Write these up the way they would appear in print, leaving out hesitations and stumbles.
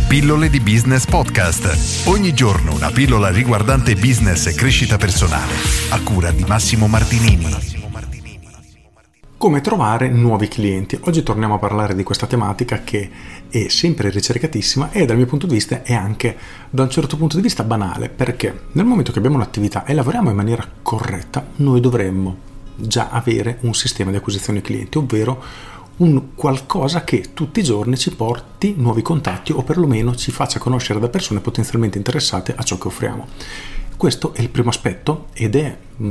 Pillole di Business Podcast. Ogni giorno una pillola riguardante business e crescita personale. A cura di Massimo Martinini. Come trovare nuovi clienti? Oggi torniamo a parlare di questa tematica che è sempre ricercatissima e dal mio punto di vista è anche da un certo punto di vista banale, perché nel momento che abbiamo un'attività e lavoriamo in maniera corretta, noi dovremmo già avere un sistema di acquisizione clienti, ovvero un qualcosa che tutti i giorni ci porti nuovi contatti o perlomeno ci faccia conoscere da persone potenzialmente interessate a ciò che offriamo. Questo è il primo aspetto ed è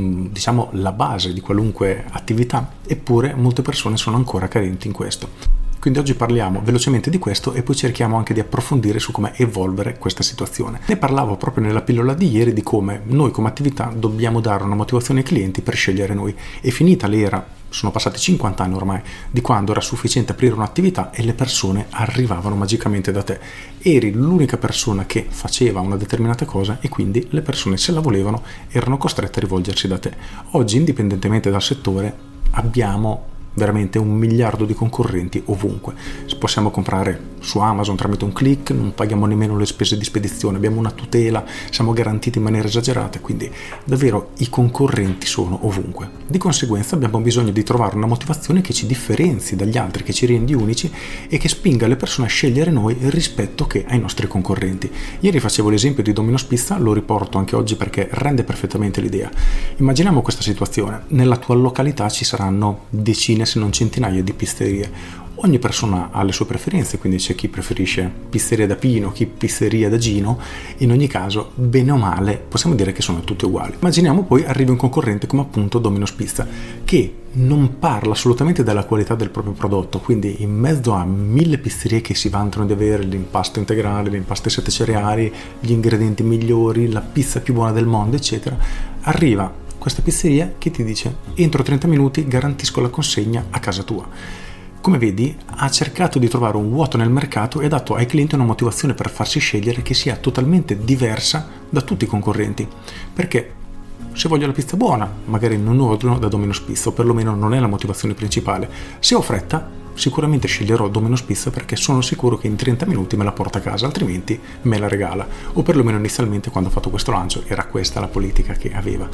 la base di qualunque attività, eppure molte persone sono ancora carenti in questo. Quindi oggi parliamo velocemente di questo e poi cerchiamo anche di approfondire su come evolvere questa situazione. Ne parlavo proprio nella pillola di ieri di come noi come attività dobbiamo dare una motivazione ai clienti per scegliere noi. È finita l'era, sono passati 50 anni ormai, di quando era sufficiente aprire un'attività e le persone arrivavano magicamente da te. Eri l'unica persona che faceva una determinata cosa e quindi le persone, se la volevano, erano costrette a rivolgersi da te. Oggi, indipendentemente dal settore, abbiamo veramente 1 miliardo di concorrenti ovunque. Possiamo comprare su Amazon tramite un click, non paghiamo nemmeno le spese di spedizione, abbiamo una tutela, siamo garantiti in maniera esagerata, quindi davvero i concorrenti sono ovunque. Di conseguenza abbiamo bisogno di trovare una motivazione che ci differenzi dagli altri, che ci rendi unici e che spinga le persone a scegliere noi rispetto che ai nostri concorrenti. Ieri facevo l'esempio di Domino's Pizza, lo riporto anche oggi perché rende perfettamente l'idea. Immaginiamo questa situazione: nella tua località ci saranno decine se non centinaia di pizzerie. Ogni persona ha le sue preferenze, quindi c'è chi preferisce pizzeria da Pino, chi pizzeria da Gino. In ogni caso, bene o male, possiamo dire che sono tutte uguali. Immaginiamo poi arrivi un concorrente come appunto Domino's Pizza, che non parla assolutamente della qualità del proprio prodotto, quindi in mezzo a 1000 pizzerie che si vantano di avere l'impasto integrale, l'impasto ai 7 cereali, gli ingredienti migliori, la pizza più buona del mondo, eccetera, arriva questa pizzeria che ti dice: entro 30 minuti garantisco la consegna a casa tua. Come vedi, ha cercato di trovare un vuoto nel mercato e ha dato ai clienti una motivazione per farsi scegliere che sia totalmente diversa da tutti i concorrenti. Perché se voglio la pizza buona, magari non ordino da Domino's Pizza, o perlomeno non è la motivazione principale. Se ho fretta, sicuramente sceglierò Domino's Pizza perché sono sicuro che in 30 minuti me la porta a casa, altrimenti me la regala. O perlomeno inizialmente, quando ho fatto questo lancio, era questa la politica che aveva.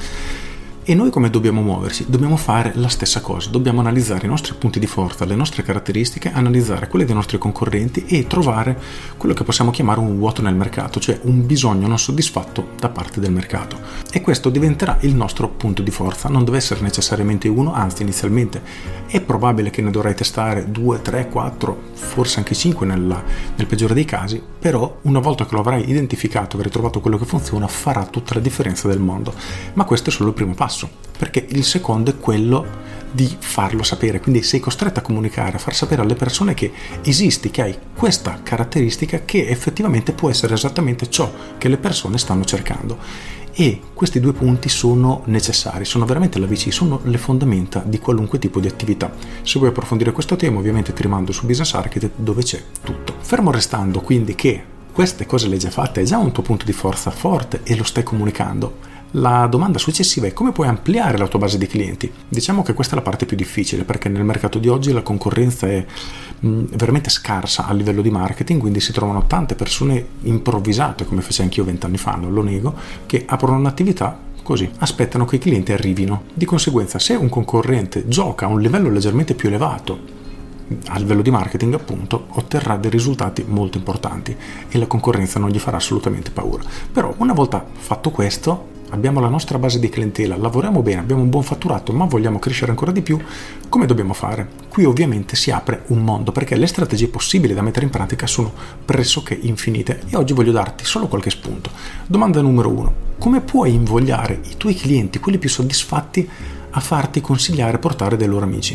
E noi come dobbiamo muoverci? Dobbiamo fare la stessa cosa, dobbiamo analizzare i nostri punti di forza, le nostre caratteristiche, analizzare quelle dei nostri concorrenti e trovare quello che possiamo chiamare un vuoto nel mercato, cioè un bisogno non soddisfatto da parte del mercato. E questo diventerà il nostro punto di forza, non deve essere necessariamente uno, anzi inizialmente è probabile che ne dovrai testare 2, 3, 4, forse anche 5 nel peggiore dei casi, però una volta che lo avrai identificato, avrai trovato quello che funziona, farà tutta la differenza del mondo. Ma questo è solo il primo passo, perché il secondo è quello di farlo sapere, quindi sei costretto a comunicare, a far sapere alle persone che esisti, che hai questa caratteristica che effettivamente può essere esattamente ciò che le persone stanno cercando. E questi 2 punti sono necessari, sono veramente la bici, sono le fondamenta di qualunque tipo di attività. Se vuoi approfondire questo tema, ovviamente ti rimando su Business Architect, dove c'è tutto. Fermo restando quindi che queste cose le hai già fatte, è già un tuo punto di forza forte e lo stai comunicando. La domanda successiva è: come puoi ampliare la tua base di clienti? Diciamo che questa è la parte più difficile, perché nel mercato di oggi la concorrenza è veramente scarsa a livello di marketing, quindi si trovano tante persone improvvisate, come feci anch'io 20 anni fa, non lo nego, che aprono un'attività così, aspettano che i clienti arrivino. Di conseguenza, se un concorrente gioca a un livello leggermente più elevato a livello di marketing, appunto, otterrà dei risultati molto importanti e la concorrenza non gli farà assolutamente paura. Però una volta fatto questo, abbiamo la nostra base di clientela, lavoriamo bene, abbiamo un buon fatturato, ma vogliamo crescere ancora di più, come dobbiamo fare? Qui ovviamente si apre un mondo, perché le strategie possibili da mettere in pratica sono pressoché infinite e oggi voglio darti solo qualche spunto. Domanda numero 1: come puoi invogliare i tuoi clienti, quelli più soddisfatti, a farti consigliare e portare dei loro amici?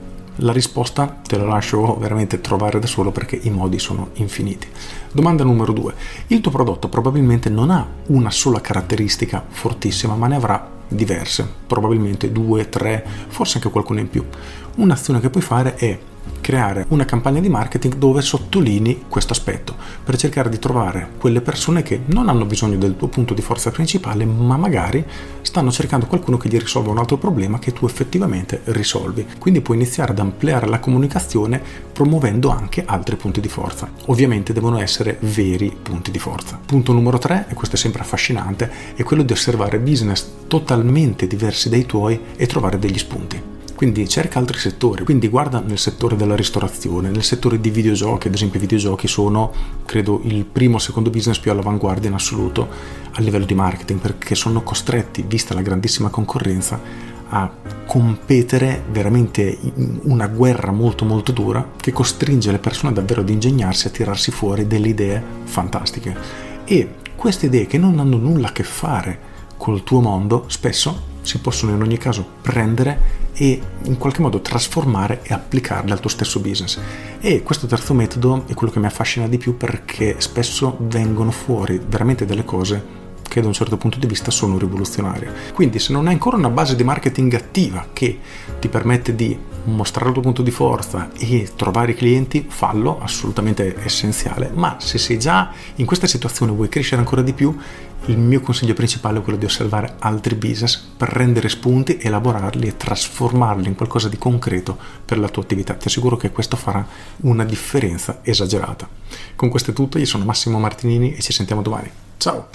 La risposta te la lascio veramente trovare da solo, perché i modi sono infiniti. Domanda numero 2. Il tuo prodotto probabilmente non ha una sola caratteristica fortissima, ma ne avrà diverse, probabilmente 2, 3, forse anche qualcuna in più. Un'azione che puoi fare è creare una campagna di marketing dove sottolinei questo aspetto, per cercare di trovare quelle persone che non hanno bisogno del tuo punto di forza principale, ma magari stanno cercando qualcuno che gli risolva un altro problema che tu effettivamente risolvi. Quindi puoi iniziare ad ampliare la comunicazione promuovendo anche altri punti di forza. Ovviamente devono essere veri punti di forza. Punto numero 3, e questo è sempre affascinante, è quello di osservare business totalmente diversi dai tuoi e trovare degli spunti. Quindi cerca altri settori, quindi guarda nel settore della ristorazione, nel settore di videogiochi. Ad esempio i videogiochi sono, credo, il primo o secondo business più all'avanguardia in assoluto a livello di marketing, perché sono costretti, vista la grandissima concorrenza, a competere veramente in una guerra molto molto dura che costringe le persone davvero ad ingegnarsi a tirarsi fuori delle idee fantastiche. E queste idee, che non hanno nulla a che fare col tuo mondo, spesso si possono in ogni caso prendere e in qualche modo trasformare e applicarle al tuo stesso business. E questo terzo metodo è quello che mi affascina di più, perché spesso vengono fuori veramente delle cose che da un certo punto di vista sono rivoluzionarie. Quindi se non hai ancora una base di marketing attiva che ti permette di mostrare il tuo punto di forza e trovare i clienti, fallo, assolutamente essenziale. Ma se sei già in questa situazione e vuoi crescere ancora di più, il mio consiglio principale è quello di osservare altri business, prendere spunti, elaborarli e trasformarli in qualcosa di concreto per la tua attività. Ti assicuro che questo farà una differenza esagerata. Con questo è tutto, io sono Massimo Martinini e ci sentiamo domani. Ciao!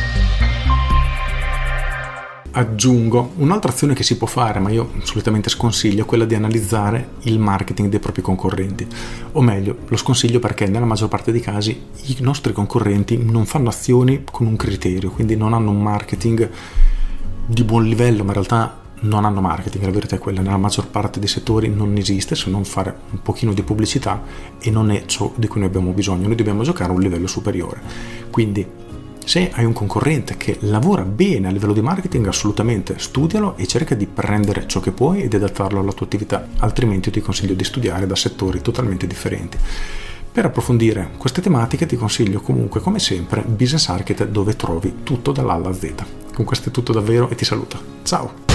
Aggiungo un'altra azione che si può fare, ma io solitamente sconsiglio, quella di analizzare il marketing dei propri concorrenti. O meglio, lo sconsiglio perché nella maggior parte dei casi i nostri concorrenti non fanno azioni con un criterio, quindi non hanno un marketing di buon livello, ma in realtà non hanno marketing. La verità è quella: nella maggior parte dei settori non esiste se non fare un pochino di pubblicità, e non è ciò di cui noi abbiamo bisogno. Noi dobbiamo giocare a un livello superiore. Quindi se hai un concorrente che lavora bene a livello di marketing, assolutamente studialo e cerca di prendere ciò che puoi ed adattarlo alla tua attività, altrimenti io ti consiglio di studiare da settori totalmente differenti. Per approfondire queste tematiche ti consiglio comunque, come sempre, Business Architect, dove trovi tutto dall'A alla Z. Con questo è tutto davvero e ti saluto. Ciao!